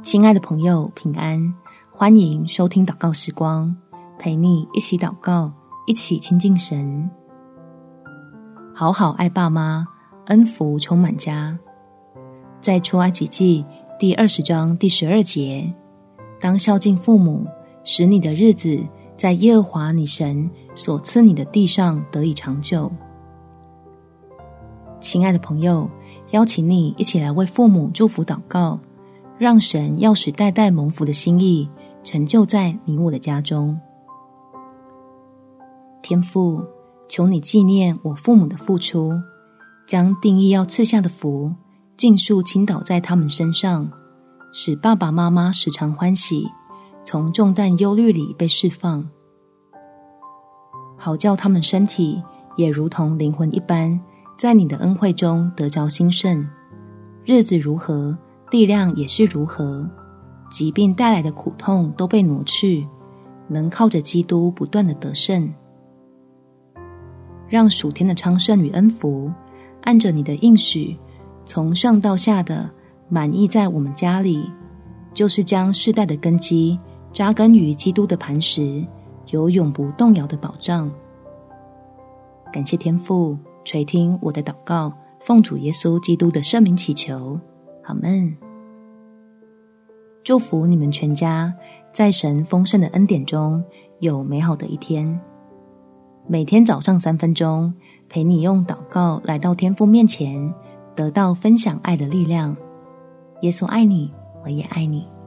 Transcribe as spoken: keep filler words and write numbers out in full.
亲爱的朋友，平安，欢迎收听祷告时光，陪你一起祷告，一起亲近神。好好爱爸妈，恩福充满家。在出埃及记第二十章第十二节，当孝敬父母，使你的日子在耶和华你神所赐你的地上得以长久。亲爱的朋友，邀请你一起来为父母祝福祷告，让神要使代代蒙福的心意成就在你我的家中。天父，求你纪念我父母的付出，将定义要赐下的福尽数倾倒在他们身上，使爸爸妈妈时常欢喜，从重担忧虑里被释放，好叫他们身体也如同灵魂一般，在你的恩惠中得着兴盛。日子如何，力量也是如何，疾病带来的苦痛都被挪去，能靠着基督不断的得胜。让属天的昌盛与恩福按着你的应许，从上到下的满溢在我们家里，就是将世代的根基扎根于基督的磐石，有永不动摇的保障。感谢天父垂听我的祷告，奉主耶稣基督的圣名祈求，阿们。祝福你们全家在神丰盛的恩典中有美好的一天。每天早上三分钟，陪你用祷告来到天父面前，得到分享爱的力量。耶稣爱你，我也爱你。